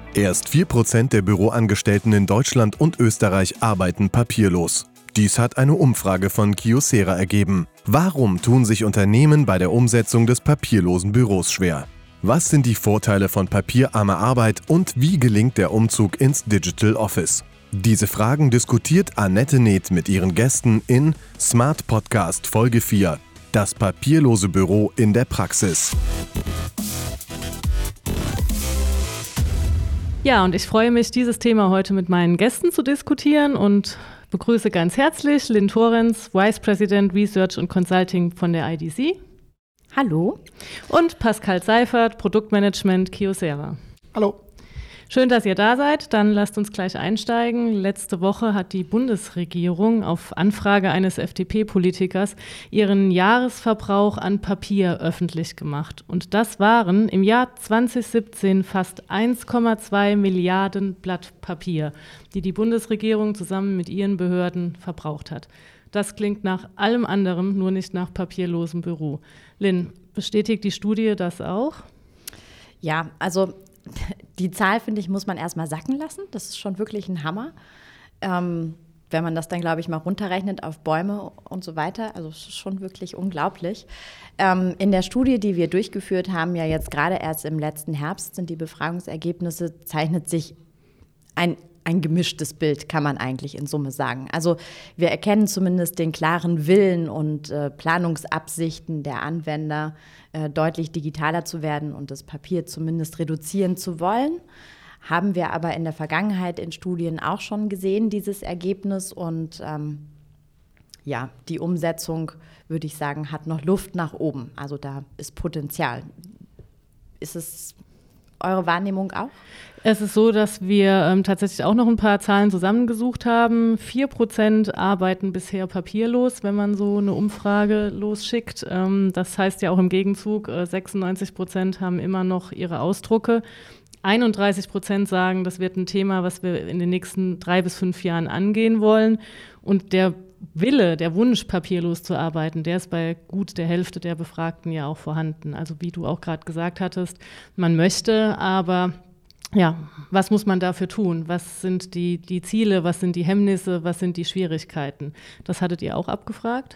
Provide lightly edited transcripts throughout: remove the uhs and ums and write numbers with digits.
Erst 4% der Büroangestellten in Deutschland und Österreich arbeiten papierlos. Dies hat eine Umfrage von Kyocera ergeben. Warum tun sich Unternehmen bei der Umsetzung des papierlosen Büros schwer? Was sind die Vorteile von papierarmer Arbeit und wie gelingt der Umzug ins Digital Office? Diese Fragen diskutiert Annette Neth mit ihren Gästen in Smart Podcast Folge 4. Das papierlose Büro in der Praxis. Ja, und ich freue mich, dieses Thema heute mit meinen Gästen zu diskutieren und begrüße ganz herzlich Lynn Torrens, Vice President Research und Consulting von der IDC. Hallo. Und Pascal Seifert, Produktmanagement Kyocera. Hallo. Schön, dass ihr da seid. Dann lasst uns gleich einsteigen. Letzte Woche hat die Bundesregierung auf Anfrage eines FDP-Politikers ihren Jahresverbrauch an Papier öffentlich gemacht. Und das waren im Jahr 2017 fast 1,2 Milliarden Blatt Papier, die die Bundesregierung zusammen mit ihren Behörden verbraucht hat. Das klingt nach allem anderem, nur nicht nach papierlosem Büro. Lynn, bestätigt die Studie das auch? Ja, also die Zahl, finde ich, muss man erstmal sacken lassen. Das ist schon wirklich ein Hammer. Wenn man das dann, glaube ich, mal runterrechnet auf Bäume und so weiter. Also es ist schon wirklich unglaublich. In der Studie, die wir durchgeführt haben, ja jetzt gerade erst im letzten Herbst sind die Befragungsergebnisse, zeichnet sich ein gemischtes Bild, kann man eigentlich in Summe sagen. Also wir erkennen zumindest den klaren Willen und Planungsabsichten der Anwender, deutlich digitaler zu werden und das Papier zumindest reduzieren zu wollen. Haben wir aber in der Vergangenheit in Studien auch schon gesehen, dieses Ergebnis. Und die Umsetzung, würde ich sagen, hat noch Luft nach oben. Also da ist Potenzial. Ist es eure Wahrnehmung auch? Es ist so, dass wir tatsächlich auch noch ein paar Zahlen zusammengesucht haben. 4% arbeiten bisher papierlos, wenn man so eine Umfrage losschickt. Das heißt ja auch im Gegenzug, 96% haben immer noch ihre Ausdrucke. 31% sagen, das wird ein Thema, was wir in den nächsten 3 bis 5 Jahren angehen wollen. Und der Wille, der Wunsch, papierlos zu arbeiten, der ist bei gut der Hälfte der Befragten ja auch vorhanden. Also wie du auch gerade gesagt hattest, man möchte, aber ja, was muss man dafür tun? Was sind die Ziele, was sind die Hemmnisse, was sind die Schwierigkeiten? Das hattet ihr auch abgefragt?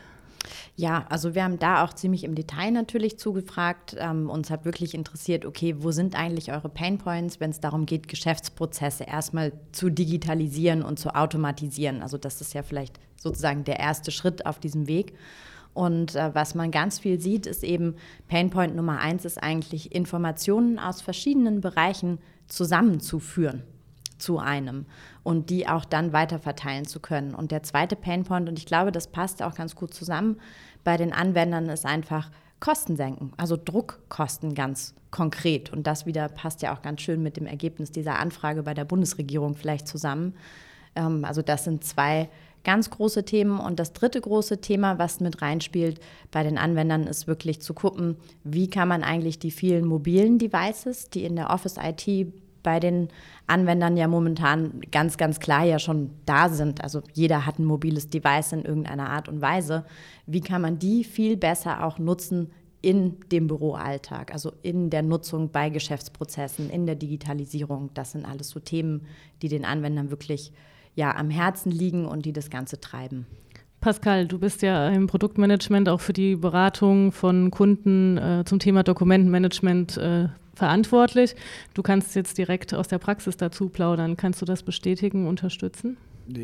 Ja, also wir haben da auch ziemlich im Detail natürlich zugefragt. Uns hat wirklich interessiert, okay, wo sind eigentlich eure Painpoints, wenn es darum geht, Geschäftsprozesse erstmal zu digitalisieren und zu automatisieren. Also das ist ja vielleicht sozusagen der erste Schritt auf diesem Weg. Und was man ganz viel sieht, ist eben, Painpoint Nummer 1 ist eigentlich, Informationen aus verschiedenen Bereichen zusammenzuführen zu einem und die auch dann weiter verteilen zu können. Und der zweite Painpoint, und ich glaube, das passt auch ganz gut zusammen, bei den Anwendern ist einfach Kosten senken, also Druckkosten ganz konkret. Und das wieder passt ja auch ganz schön mit dem Ergebnis dieser Anfrage bei der Bundesregierung vielleicht zusammen. Also das sind 2 ganz große Themen. Und das dritte große Thema, was mit reinspielt bei den Anwendern, ist wirklich zu gucken, wie kann man eigentlich die vielen mobilen Devices, die in der Office-IT bei den Anwendern ja momentan ganz, ganz klar ja schon da sind. Also jeder hat ein mobiles Device in irgendeiner Art und Weise. Wie kann man die viel besser auch nutzen in dem Büroalltag, also in der Nutzung bei Geschäftsprozessen, in der Digitalisierung? Das sind alles so Themen, die den Anwendern wirklich am Herzen liegen und die das Ganze treiben. Pascal, du bist ja im Produktmanagement auch für die Beratung von Kunden zum Thema Dokumentenmanagement verantwortlich. Du kannst jetzt direkt aus der Praxis dazu plaudern. Kannst du das bestätigen, unterstützen?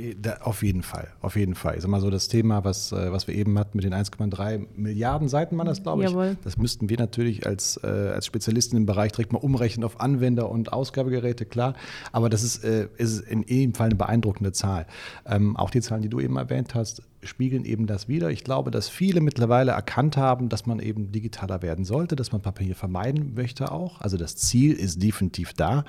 Auf jeden Fall. Ich sag mal so, das Thema, was wir eben hatten mit den 1,3 Milliarden Seiten, waren das, glaube ich. Jawohl. Das müssten wir natürlich als Spezialisten im Bereich direkt mal umrechnen auf Anwender- und Ausgabegeräte, klar. Aber das ist in jedem Fall eine beeindruckende Zahl. Auch die Zahlen, die du eben erwähnt hast, spiegeln eben das wider. Ich glaube, dass viele mittlerweile erkannt haben, dass man eben digitaler werden sollte, dass man Papier vermeiden möchte auch. Also das Ziel ist definitiv da.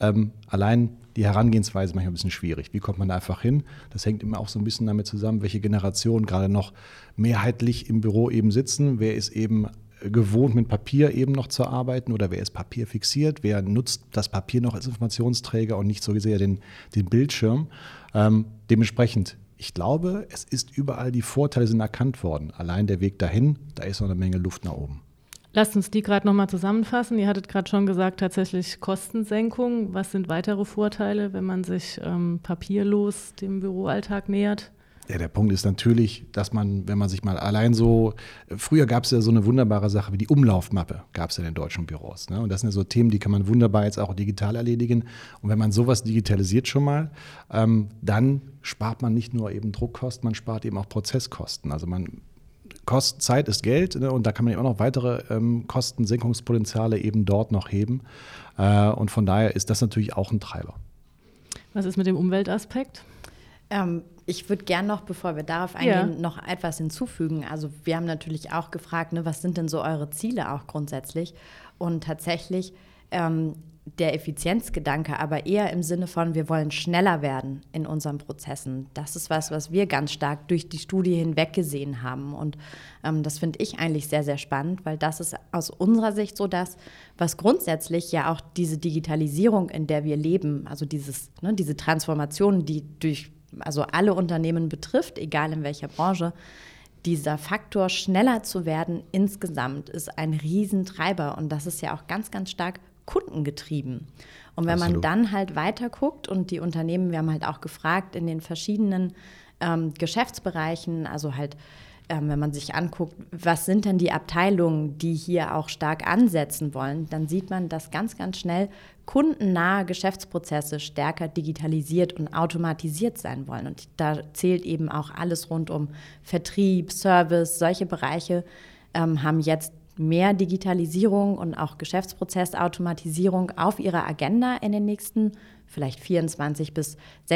Allein die Herangehensweise ist manchmal ein bisschen schwierig. Wie kommt man da einfach hin? Das hängt immer auch so ein bisschen damit zusammen, welche Generationen gerade noch mehrheitlich im Büro eben sitzen. Wer ist eben gewohnt, mit Papier eben noch zu arbeiten oder wer ist Papier fixiert? Wer nutzt das Papier noch als Informationsträger und nicht so sehr den Bildschirm? Dementsprechend, ich glaube, es ist überall, die Vorteile sind erkannt worden. Allein der Weg dahin, da ist noch eine Menge Luft nach oben. Lasst uns die gerade nochmal zusammenfassen. Ihr hattet gerade schon gesagt, tatsächlich Kostensenkung. Was sind weitere Vorteile, wenn man sich papierlos dem Büroalltag nähert? Ja, der Punkt ist natürlich, dass man, wenn man sich mal allein so, früher gab es ja so eine wunderbare Sache wie die Umlaufmappe, gab es ja in den deutschen Büros. Ne? Und das sind ja so Themen, die kann man wunderbar jetzt auch digital erledigen. Und wenn man sowas digitalisiert schon mal, dann spart man nicht nur eben Druckkosten, man spart eben auch Prozesskosten. Also Zeit ist Geld, ne? Und da kann man eben auch noch weitere Kostensenkungspotenziale eben dort noch heben. Und von daher ist das natürlich auch ein Treiber. Was ist mit dem Umweltaspekt? Ich würde gerne noch, bevor wir darauf eingehen, noch etwas hinzufügen. Also wir haben natürlich auch gefragt, ne, was sind denn so eure Ziele auch grundsätzlich? Und tatsächlich der Effizienzgedanke, aber eher im Sinne von, wir wollen schneller werden in unseren Prozessen. Das ist was wir ganz stark durch die Studie hinweg gesehen haben. Und das finde ich eigentlich sehr, sehr spannend, weil das ist aus unserer Sicht so das, was grundsätzlich ja auch diese Digitalisierung, in der wir leben, also diese Transformation, die durch alle Unternehmen betrifft, egal in welcher Branche, dieser Faktor, schneller zu werden insgesamt, ist ein Riesentreiber. Und das ist ja auch ganz, ganz stark kundengetrieben. Und wenn man dann halt weiter guckt und die Unternehmen, wir haben halt auch gefragt in den verschiedenen Geschäftsbereichen, also halt, wenn man sich anguckt, was sind denn die Abteilungen, die hier auch stark ansetzen wollen, dann sieht man, dass ganz, ganz schnell kundennahe Geschäftsprozesse stärker digitalisiert und automatisiert sein wollen. Und da zählt eben auch alles rund um Vertrieb, Service, solche Bereiche haben jetzt mehr Digitalisierung und auch Geschäftsprozessautomatisierung auf ihrer Agenda in den nächsten vielleicht 24 bis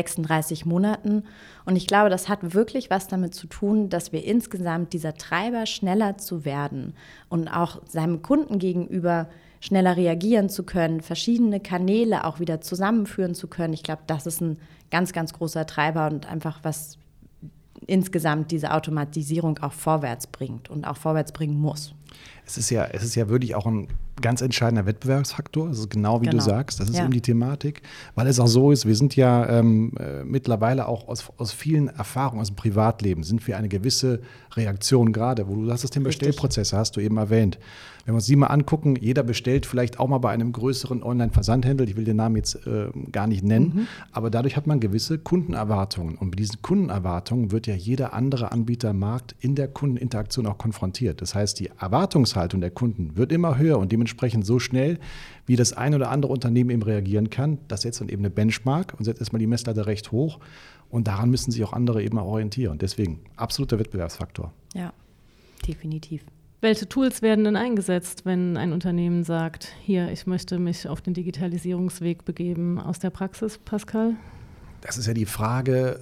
36 Monaten. Und ich glaube, das hat wirklich was damit zu tun, dass wir insgesamt dieser Treiber, schneller zu werden und auch seinem Kunden gegenüber schneller reagieren zu können, verschiedene Kanäle auch wieder zusammenführen zu können. Ich glaube, das ist ein ganz, ganz großer Treiber und einfach was insgesamt diese Automatisierung auch vorwärts bringt und auch vorwärts bringen muss. Es ist ja wirklich auch ein ganz entscheidender Wettbewerbsfaktor. Das ist genau wie du sagst. Das ist eben die Thematik. Weil es auch so ist, wir sind ja mittlerweile auch aus vielen Erfahrungen aus dem Privatleben sind wir eine gewisse Reaktion gerade, wo du hast, den Bestellprozess hast du eben erwähnt. Wenn wir uns die mal angucken, jeder bestellt vielleicht auch mal bei einem größeren Online-Versandhändler, ich will den Namen jetzt gar nicht nennen, aber dadurch hat man gewisse Kundenerwartungen. Und mit diesen Kundenerwartungen wird ja jeder andere Anbieter am Markt in der Kundeninteraktion auch konfrontiert. Das heißt, die Erwartungshaltung der Kunden wird immer höher und dementsprechend so schnell, wie das ein oder andere Unternehmen eben reagieren kann. Das setzt dann eben eine Benchmark und setzt erstmal die Messlatte recht hoch. Und daran müssen sich auch andere eben auch orientieren. Deswegen absoluter Wettbewerbsfaktor. Ja, definitiv. Welche Tools werden denn eingesetzt, wenn ein Unternehmen sagt, hier, ich möchte mich auf den Digitalisierungsweg begeben aus der Praxis, Pascal? Das ist ja die Frage,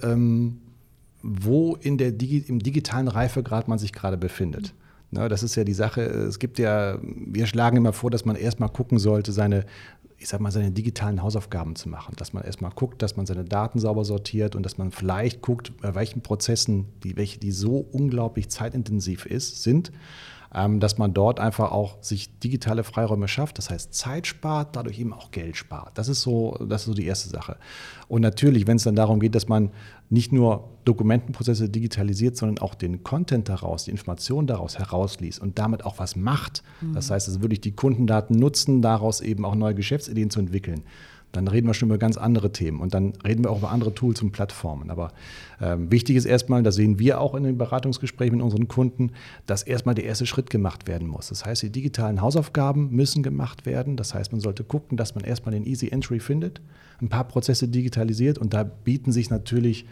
wo im digitalen Reifegrad man sich gerade befindet. Na, das ist ja die Sache, wir schlagen immer vor, dass man erstmal gucken sollte, seine digitalen Hausaufgaben zu machen. Dass man erstmal guckt, dass man seine Daten sauber sortiert und dass man vielleicht guckt, bei welchen Prozessen, die so unglaublich zeitintensiv sind, dass man dort einfach auch sich digitale Freiräume schafft, das heißt Zeit spart, dadurch eben auch Geld spart. Das ist so die erste Sache. Und natürlich, wenn es dann darum geht, dass man nicht nur Dokumentenprozesse digitalisiert, sondern auch den Content daraus, die Informationen daraus herausliest und damit auch was macht. Das heißt, dass wirklich die Kundendaten nutzen, daraus eben auch neue Geschäftsideen zu entwickeln. Dann reden wir schon über ganz andere Themen und dann reden wir auch über andere Tools und Plattformen. Aber wichtig ist erstmal, das sehen wir auch in den Beratungsgesprächen mit unseren Kunden, dass erstmal der erste Schritt gemacht werden muss. Das heißt, die digitalen Hausaufgaben müssen gemacht werden. Das heißt, man sollte gucken, dass man erstmal den Easy Entry findet, ein paar Prozesse digitalisiert und da bieten sich natürlich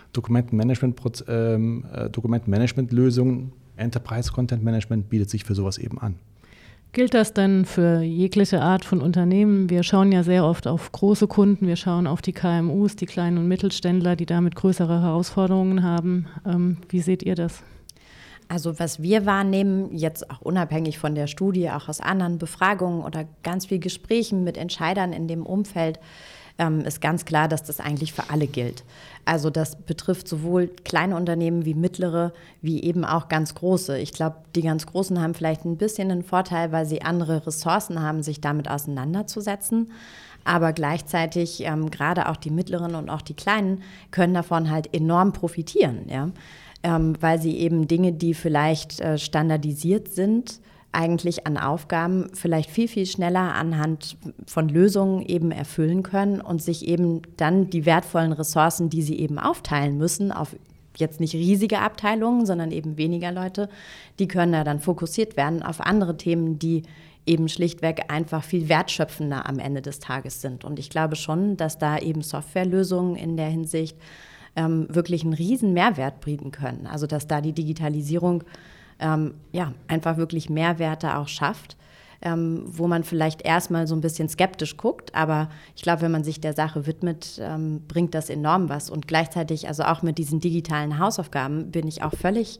Dokumentenmanagement-Lösungen, Enterprise Content Management bietet sich für sowas eben an. Gilt das denn für jegliche Art von Unternehmen? Wir schauen ja sehr oft auf große Kunden, wir schauen auf die KMUs, die kleinen und Mittelständler, die damit größere Herausforderungen haben. Wie seht ihr das? Also was wir wahrnehmen, jetzt auch unabhängig von der Studie, auch aus anderen Befragungen oder ganz viel Gesprächen mit Entscheidern in dem Umfeld, ist ganz klar, dass das eigentlich für alle gilt. Also das betrifft sowohl kleine Unternehmen wie mittlere, wie eben auch ganz große. Ich glaube, die ganz Großen haben vielleicht ein bisschen einen Vorteil, weil sie andere Ressourcen haben, sich damit auseinanderzusetzen. Aber gleichzeitig, gerade auch die mittleren und auch die kleinen, können davon halt enorm profitieren, ja? Weil sie eben Dinge, die vielleicht standardisiert sind, eigentlich an Aufgaben vielleicht viel, viel schneller anhand von Lösungen eben erfüllen können und sich eben dann die wertvollen Ressourcen, die sie eben aufteilen müssen, auf jetzt nicht riesige Abteilungen, sondern eben weniger Leute, die können ja dann fokussiert werden auf andere Themen, die eben schlichtweg einfach viel wertschöpfender am Ende des Tages sind. Und ich glaube schon, dass da eben Softwarelösungen in der Hinsicht wirklich einen riesen Mehrwert bieten können. Also dass da die Digitalisierung einfach wirklich Mehrwerte auch schafft, wo man vielleicht erstmal so ein bisschen skeptisch guckt, aber ich glaube, wenn man sich der Sache widmet, bringt das enorm was. Und gleichzeitig, also auch mit diesen digitalen Hausaufgaben, bin ich auch völlig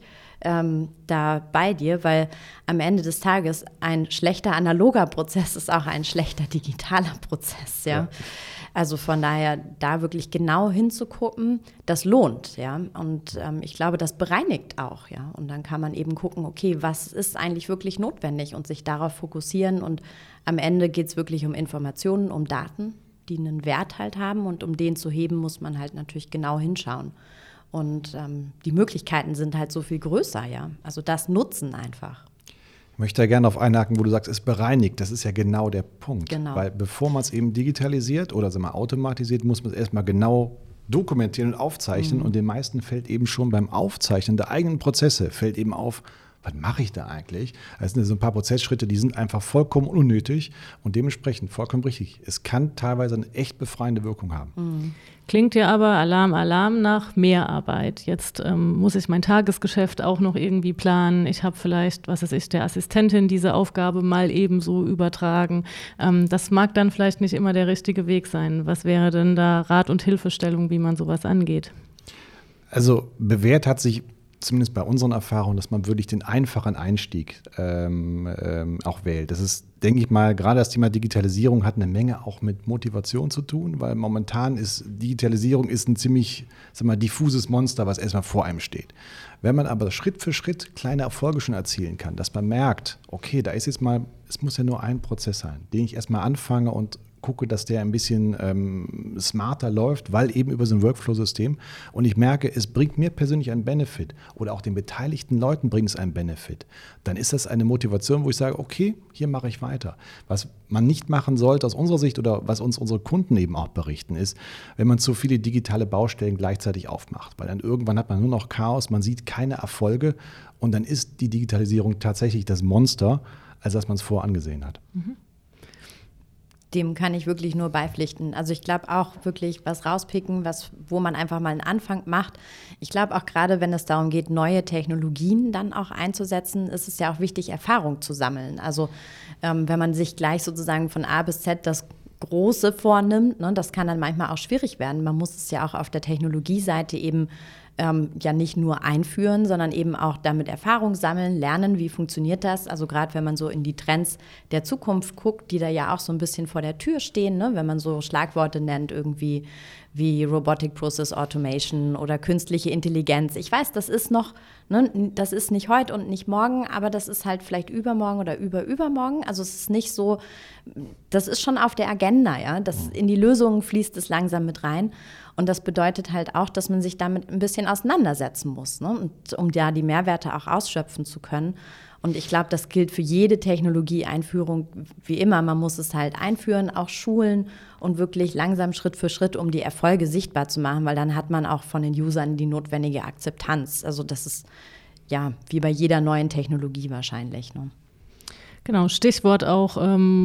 da bei dir, weil am Ende des Tages ein schlechter analoger Prozess ist auch ein schlechter digitaler Prozess, ja. Also von daher, da wirklich genau hinzugucken, das lohnt, ja. Und ich glaube, das bereinigt auch, ja. Und dann kann man eben gucken, okay, was ist eigentlich wirklich notwendig und sich darauf fokussieren. Und am Ende geht es wirklich um Informationen, um Daten, die einen Wert halt haben. Und um den zu heben, muss man halt natürlich genau hinschauen. Und die Möglichkeiten sind halt so viel größer, ja. Also das Nutzen einfach. Ich möchte da gerne auf einhaken, wo du sagst, es bereinigt. Das ist ja genau der Punkt. Genau. Weil bevor man es eben digitalisiert oder automatisiert, muss man es erstmal genau dokumentieren und aufzeichnen. Und den meisten fällt eben schon beim Aufzeichnen der eigenen Prozesse, fällt eben auf, was mache ich da eigentlich? Das sind so ein paar Prozessschritte, die sind einfach vollkommen unnötig und dementsprechend vollkommen richtig. Es kann teilweise eine echt befreiende Wirkung haben. Klingt ja aber Alarm nach Mehrarbeit. Jetzt muss ich mein Tagesgeschäft auch noch irgendwie planen. Ich habe vielleicht, was weiß ich, der Assistentin diese Aufgabe mal ebenso übertragen. Das mag dann vielleicht nicht immer der richtige Weg sein. Was wäre denn da Rat und Hilfestellung, wie man sowas angeht? Also bewährt hat sich zumindest bei unseren Erfahrungen, dass man wirklich den einfachen Einstieg auch wählt. Das ist, denke ich mal, gerade das Thema Digitalisierung hat eine Menge auch mit Motivation zu tun, weil momentan ist Digitalisierung ein ziemlich, diffuses Monster, was erstmal vor einem steht. Wenn man aber Schritt für Schritt kleine Erfolge schon erzielen kann, dass man merkt, okay, da ist jetzt mal, es muss ja nur ein Prozess sein, den ich erstmal anfange und gucke, dass der ein bisschen smarter läuft, weil eben über so ein Workflow-System und ich merke, es bringt mir persönlich einen Benefit oder auch den beteiligten Leuten bringt es einen Benefit, dann ist das eine Motivation, wo ich sage, okay, hier mache ich weiter. Was man nicht machen sollte aus unserer Sicht oder was uns unsere Kunden eben auch berichten ist, wenn man zu viele digitale Baustellen gleichzeitig aufmacht, weil dann irgendwann hat man nur noch Chaos, man sieht keine Erfolge und dann ist die Digitalisierung tatsächlich das Monster, als dass man es vorher angesehen hat. Dem kann ich wirklich nur beipflichten. Also ich glaube auch wirklich was rauspicken, wo man einfach mal einen Anfang macht. Ich glaube auch gerade, wenn es darum geht, neue Technologien dann auch einzusetzen, ist es ja auch wichtig, Erfahrung zu sammeln. Also wenn man sich gleich sozusagen von A bis Z das Große vornimmt, ne, das kann dann manchmal auch schwierig werden. Man muss es ja auch auf der Technologieseite eben ja nicht nur einführen, sondern eben auch damit Erfahrung sammeln, lernen, wie funktioniert das. Also gerade wenn man so in die Trends der Zukunft guckt, die da ja auch so ein bisschen vor der Tür stehen, ne? Wenn man so Schlagworte nennt, irgendwie wie Robotic Process Automation oder künstliche Intelligenz. Ich weiß, das ist noch, ne, das ist nicht heute und nicht morgen, aber das ist halt vielleicht übermorgen oder übermorgen. Also es ist nicht so, das ist schon auf der Agenda, ja. In die Lösungen fließt es langsam mit rein. Und das bedeutet halt auch, dass man sich damit ein bisschen auseinandersetzen muss, ne? Und um da die Mehrwerte auch ausschöpfen zu können. Und ich glaube, das gilt für jede Technologieeinführung wie immer. Man muss es halt einführen, auch schulen und wirklich langsam Schritt für Schritt, um die Erfolge sichtbar zu machen, weil dann hat man auch von den Usern die notwendige Akzeptanz. Also das ist ja wie bei jeder neuen Technologie wahrscheinlich, ne? Genau, Stichwort auch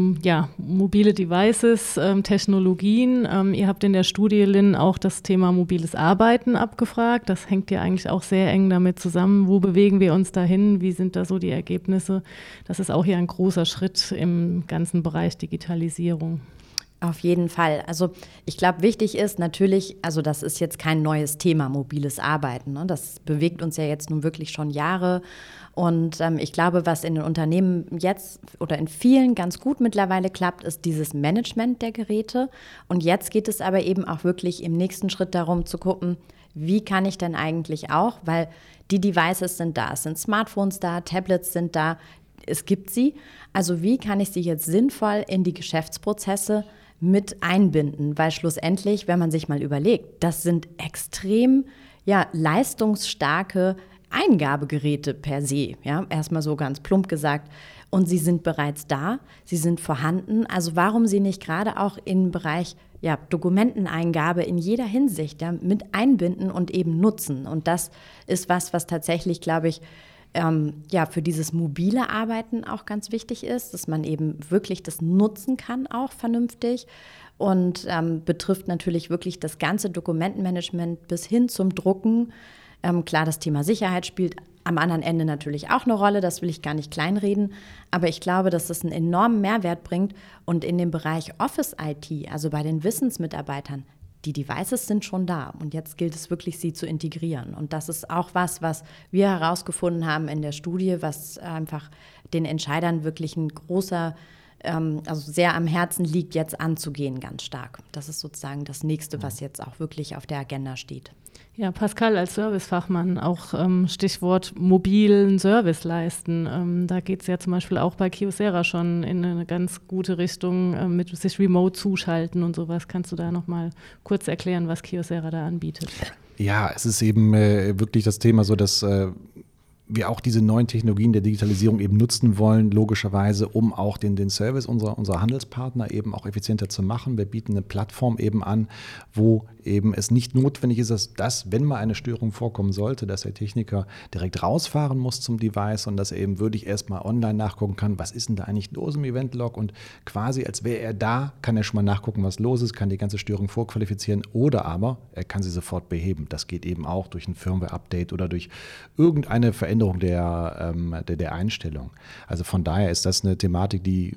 mobile Devices, Technologien. Ihr habt in der Studie, Lynn, auch das Thema mobiles Arbeiten abgefragt. Das hängt ja eigentlich auch sehr eng damit zusammen. Wo bewegen wir uns dahin? Wie sind da so die Ergebnisse? Das ist auch hier ein großer Schritt im ganzen Bereich Digitalisierung. Auf jeden Fall. Also ich glaube, wichtig ist natürlich, also das ist jetzt kein neues Thema, mobiles Arbeiten, ne? Das bewegt uns ja jetzt nun wirklich schon Jahre. Und ich glaube, was in den Unternehmen jetzt oder in vielen ganz gut mittlerweile klappt, ist dieses Management der Geräte. Und jetzt geht es aber eben auch wirklich im nächsten Schritt darum zu gucken, wie kann ich denn eigentlich auch, weil die Devices sind da, es sind Smartphones da, Tablets sind da, es gibt sie. Also wie kann ich sie jetzt sinnvoll in die Geschäftsprozesse mit einbinden? Weil schlussendlich, wenn man sich mal überlegt, das sind extrem leistungsstarke Eingabegeräte per se, ja, erstmal so ganz plump gesagt. und sie sind bereits da, sie sind vorhanden. Also warum sie nicht gerade auch im Bereich Dokumenteneingabe in jeder Hinsicht mit einbinden und eben nutzen. Und das ist was tatsächlich, glaube ich, für dieses mobile Arbeiten auch ganz wichtig ist, dass man eben wirklich das nutzen kann, auch vernünftig. Und betrifft natürlich wirklich das ganze Dokumentenmanagement bis hin zum Drucken. Klar, das Thema Sicherheit spielt am anderen Ende natürlich auch eine Rolle, das will ich gar nicht kleinreden, aber ich glaube, dass das einen enormen Mehrwert bringt und in dem Bereich Office IT, also bei den Wissensmitarbeitern, die Devices sind schon da und jetzt gilt es wirklich, sie zu integrieren. Und das ist auch was wir herausgefunden haben in der Studie, was einfach den Entscheidern wirklich ein großer, also sehr am Herzen liegt, jetzt anzugehen, ganz stark. Das ist sozusagen das Nächste, was jetzt auch wirklich auf der Agenda steht. Ja, Pascal, als Servicefachmann auch Stichwort mobilen Service leisten. Da geht es ja zum Beispiel auch bei Kyocera schon in eine ganz gute Richtung mit sich remote zuschalten und sowas. Kannst du da noch mal kurz erklären, was Kyocera da anbietet? Ja, es ist eben wirklich das Thema so, dass wir auch diese neuen Technologien der Digitalisierung eben nutzen wollen, logischerweise, um auch den Service unserer Handelspartner eben auch effizienter zu machen. Wir bieten eine Plattform eben an, wo eben es nicht notwendig ist, dass wenn mal eine Störung vorkommen sollte, dass der Techniker direkt rausfahren muss zum Device und dass er eben wirklich erstmal online nachgucken kann, was ist denn da eigentlich los im Event-Log, und quasi als wäre er da, kann er schon mal nachgucken, was los ist, kann die ganze Störung vorqualifizieren oder aber er kann sie sofort beheben. Das geht eben auch durch ein Firmware-Update oder durch irgendeine Veränderung der Einstellung. Also von daher ist das eine Thematik, die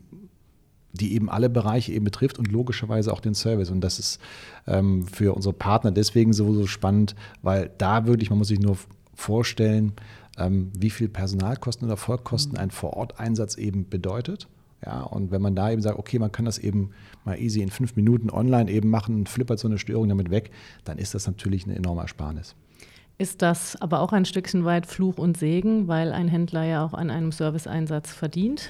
eben alle Bereiche eben betrifft und logischerweise auch den Service. Und das ist für unsere Partner deswegen so spannend, weil da wirklich, man muss sich nur vorstellen, wie viel Personalkosten oder Vollkosten ein Vor-Ort-Einsatz eben bedeutet. Ja, und wenn man da eben sagt, okay, man kann das eben mal easy in 5 Minuten online eben machen und flippert so eine Störung damit weg, dann ist das natürlich eine enorme Ersparnis. Ist das aber auch ein Stückchen weit Fluch und Segen, weil ein Händler ja auch an einem Serviceeinsatz verdient?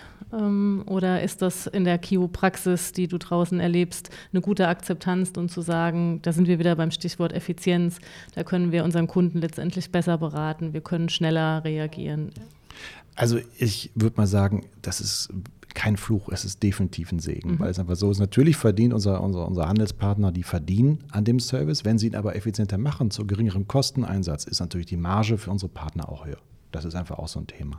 Oder ist das in der KIO-Praxis, die du draußen erlebst, eine gute Akzeptanz und zu sagen, da sind wir wieder beim Stichwort Effizienz, da können wir unseren Kunden letztendlich besser beraten, wir können schneller reagieren? Also ich würde mal sagen, das ist kein Fluch, es ist definitiv ein Segen, weil es einfach so ist. Natürlich verdient unser Handelspartner, die verdienen an dem Service. Wenn sie ihn aber effizienter machen, zu geringerem Kosteneinsatz, ist natürlich die Marge für unsere Partner auch höher. Das ist einfach auch so ein Thema.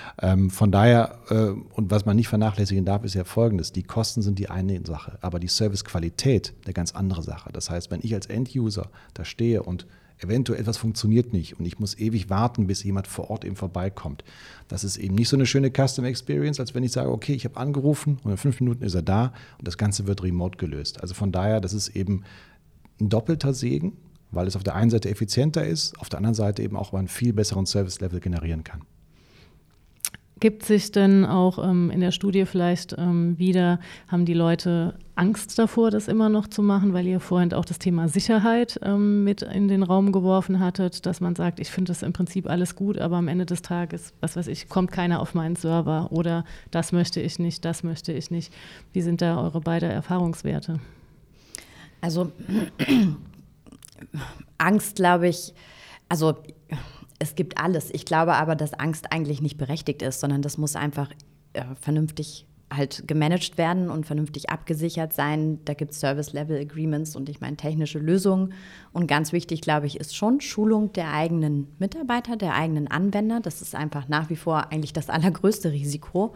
Von daher, und was man nicht vernachlässigen darf, ist ja Folgendes. Die Kosten sind die eine Sache, aber die Servicequalität eine ganz andere Sache. Das heißt, wenn ich als End-User da stehe und eventuell etwas funktioniert nicht und ich muss ewig warten, bis jemand vor Ort eben vorbeikommt. Das ist eben nicht so eine schöne Custom Experience, als wenn ich sage, okay, ich habe angerufen und in 5 Minuten ist er da und das Ganze wird remote gelöst. Also von daher, das ist eben ein doppelter Segen, weil es auf der einen Seite effizienter ist, auf der anderen Seite eben auch einen viel besseren Service-Level generieren kann. Gibt sich denn auch in der Studie vielleicht wieder, haben die Leute Angst davor, das immer noch zu machen, weil ihr vorhin auch das Thema Sicherheit mit in den Raum geworfen hattet, dass man sagt, ich finde das im Prinzip alles gut, aber am Ende des Tages, was weiß ich, kommt keiner auf meinen Server oder das möchte ich nicht, das möchte ich nicht. Wie sind da eure beiden Erfahrungswerte? Also Angst, glaube ich, also es gibt alles. Ich glaube aber, dass Angst eigentlich nicht berechtigt ist, sondern das muss einfach vernünftig halt gemanagt werden und vernünftig abgesichert sein. Da gibt es Service-Level-Agreements und ich meine technische Lösungen. Und ganz wichtig, glaube ich, ist schon Schulung der eigenen Mitarbeiter, der eigenen Anwender. Das ist einfach nach wie vor eigentlich das allergrößte Risiko.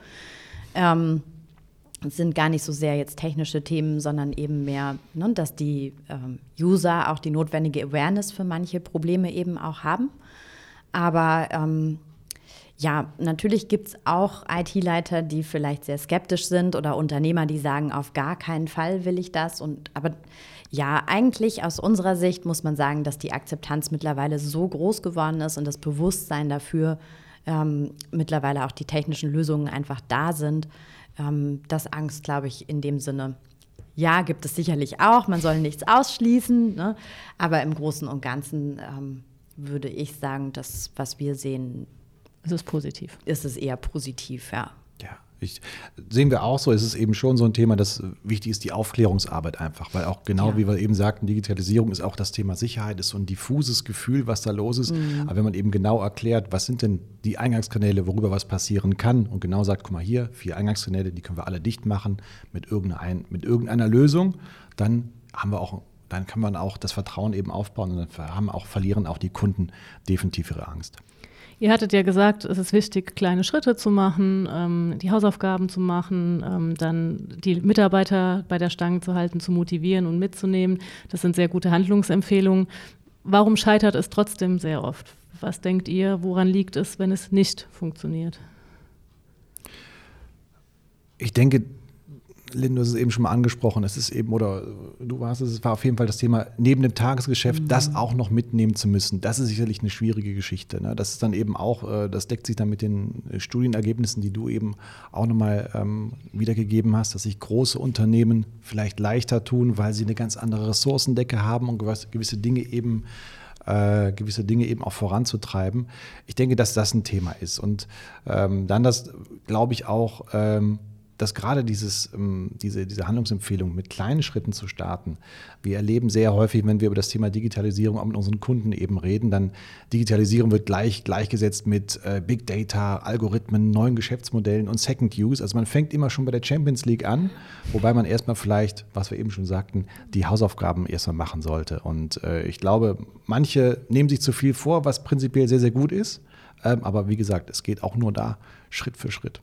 Es sind gar nicht so sehr jetzt technische Themen, sondern eben mehr, dass die User auch die notwendige Awareness für manche Probleme eben auch haben. Aber natürlich gibt es auch IT-Leiter, die vielleicht sehr skeptisch sind oder Unternehmer, die sagen, auf gar keinen Fall will ich das. Aber ja, eigentlich aus unserer Sicht muss man sagen, dass die Akzeptanz mittlerweile so groß geworden ist und das Bewusstsein dafür mittlerweile auch die technischen Lösungen einfach da sind, dass Angst, glaube ich, in dem Sinne, ja, gibt es sicherlich auch. Man soll nichts ausschließen, ne? Aber im Großen und Ganzen würde ich sagen, dass was wir sehen, ist es positiv? Ist es eher positiv, ja. Ja, Sehen wir auch so, es ist eben schon so ein Thema, das wichtig ist, die Aufklärungsarbeit einfach, weil auch genau wie wir eben sagten, Digitalisierung ist auch das Thema Sicherheit, ist so ein diffuses Gefühl, was da los ist. Aber wenn man eben genau erklärt, was sind denn die Eingangskanäle, worüber was passieren kann und genau sagt, guck mal hier, 4 Eingangskanäle, die können wir alle dicht machen mit irgendeiner Lösung, dann kann man auch das Vertrauen eben aufbauen und dann verlieren auch die Kunden definitiv ihre Angst. Ihr hattet ja gesagt, es ist wichtig, kleine Schritte zu machen, die Hausaufgaben zu machen, dann die Mitarbeiter bei der Stange zu halten, zu motivieren und mitzunehmen. Das sind sehr gute Handlungsempfehlungen. Warum scheitert es trotzdem sehr oft? Was denkt ihr, woran liegt es, wenn es nicht funktioniert? Ich denke, Lynn, du hast es eben schon mal angesprochen, es war auf jeden Fall das Thema, neben dem Tagesgeschäft das auch noch mitnehmen zu müssen. Das ist sicherlich eine schwierige Geschichte. Ne? Das ist dann eben auch, das deckt sich dann mit den Studienergebnissen, die du eben auch nochmal wiedergegeben hast, dass sich große Unternehmen vielleicht leichter tun, weil sie eine ganz andere Ressourcendecke haben und gewisse Dinge eben auch voranzutreiben. Ich denke, dass das ein Thema ist. Und dann das, glaube ich, auch, dass gerade diese Handlungsempfehlung mit kleinen Schritten zu starten. Wir erleben sehr häufig, wenn wir über das Thema Digitalisierung auch mit unseren Kunden eben reden, dann Digitalisierung wird gleichgesetzt mit Big Data, Algorithmen, neuen Geschäftsmodellen und Second Use. Also man fängt immer schon bei der Champions League an, wobei man erstmal vielleicht, was wir eben schon sagten, die Hausaufgaben erstmal machen sollte. Und ich glaube, manche nehmen sich zu viel vor, was prinzipiell sehr, sehr gut ist. Aber wie gesagt, es geht auch nur da Schritt für Schritt.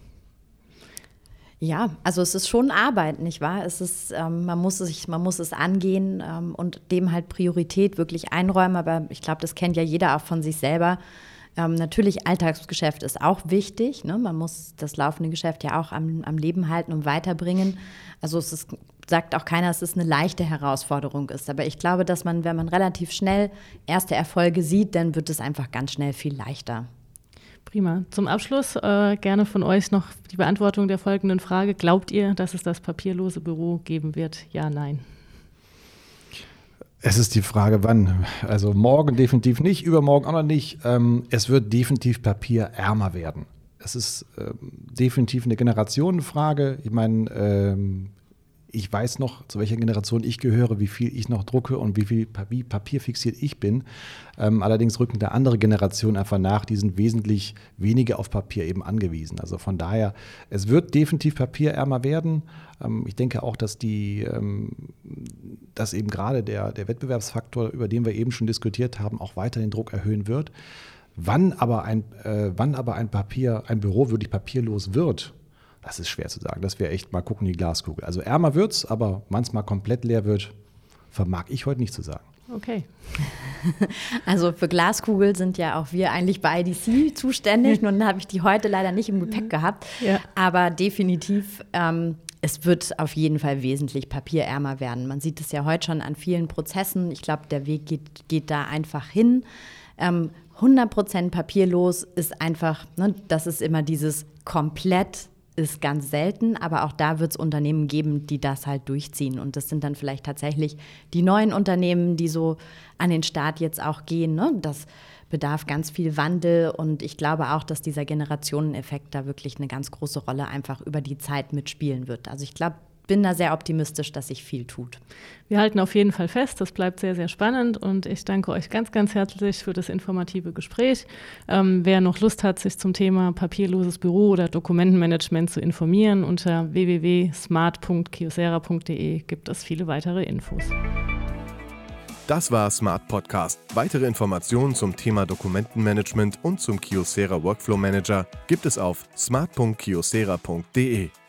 Ja, also es ist schon Arbeit, nicht wahr? Es ist, man muss es angehen und dem halt Priorität wirklich einräumen. Aber ich glaube, das kennt ja jeder auch von sich selber. Natürlich, Alltagsgeschäft ist auch wichtig. Ne? Man muss das laufende Geschäft ja auch am Leben halten und weiterbringen. Also sagt auch keiner, dass es eine leichte Herausforderung ist. Aber ich glaube, dass wenn man relativ schnell erste Erfolge sieht, dann wird es einfach ganz schnell viel leichter. Prima. Zum Abschluss gerne von euch noch die Beantwortung der folgenden Frage. Glaubt ihr, dass es das papierlose Büro geben wird? Ja, nein. Es ist die Frage, wann. Also morgen definitiv nicht, übermorgen auch noch nicht. Es wird definitiv papierärmer werden. Es ist definitiv eine Generationenfrage. Ich meine, ich weiß noch, zu welcher Generation ich gehöre, wie viel ich noch drucke und wie papierfixiert ich bin. Allerdings rücken da andere Generationen einfach nach, die sind wesentlich weniger auf Papier eben angewiesen. Also von daher, es wird definitiv papierärmer werden. Ich denke auch, dass eben gerade der Wettbewerbsfaktor, über den wir eben schon diskutiert haben, auch weiter den Druck erhöhen wird. Wann aber ein Büro wirklich papierlos wird, das ist schwer zu sagen. Das wäre echt mal gucken, die Glaskugel. Also ärmer wird's, aber manchmal komplett leer wird, vermag ich heute nicht zu sagen. Okay. Also für Glaskugel sind ja auch wir eigentlich bei IDC zuständig. Nun habe ich die heute leider nicht im Gepäck gehabt. Ja. Aber definitiv, es wird auf jeden Fall wesentlich papierärmer werden. Man sieht es ja heute schon an vielen Prozessen. Ich glaube, der Weg geht da einfach hin. 100% papierlos ist einfach, ne, das ist immer dieses komplett, ist ganz selten, aber auch da wird es Unternehmen geben, die das halt durchziehen. Und das sind dann vielleicht tatsächlich die neuen Unternehmen, die so an den Start jetzt auch gehen. Ne? Das bedarf ganz viel Wandel und ich glaube auch, dass dieser Generationeneffekt da wirklich eine ganz große Rolle einfach über die Zeit mitspielen wird. Also ich bin da sehr optimistisch, dass sich viel tut. Wir halten auf jeden Fall fest, das bleibt sehr, sehr spannend und ich danke euch ganz, ganz herzlich für das informative Gespräch. Wer noch Lust hat, sich zum Thema papierloses Büro oder Dokumentenmanagement zu informieren, unter www.smart.kyocera.de gibt es viele weitere Infos. Das war Smart Podcast. Weitere Informationen zum Thema Dokumentenmanagement und zum Kyocera Workflow Manager gibt es auf smart.kyocera.de.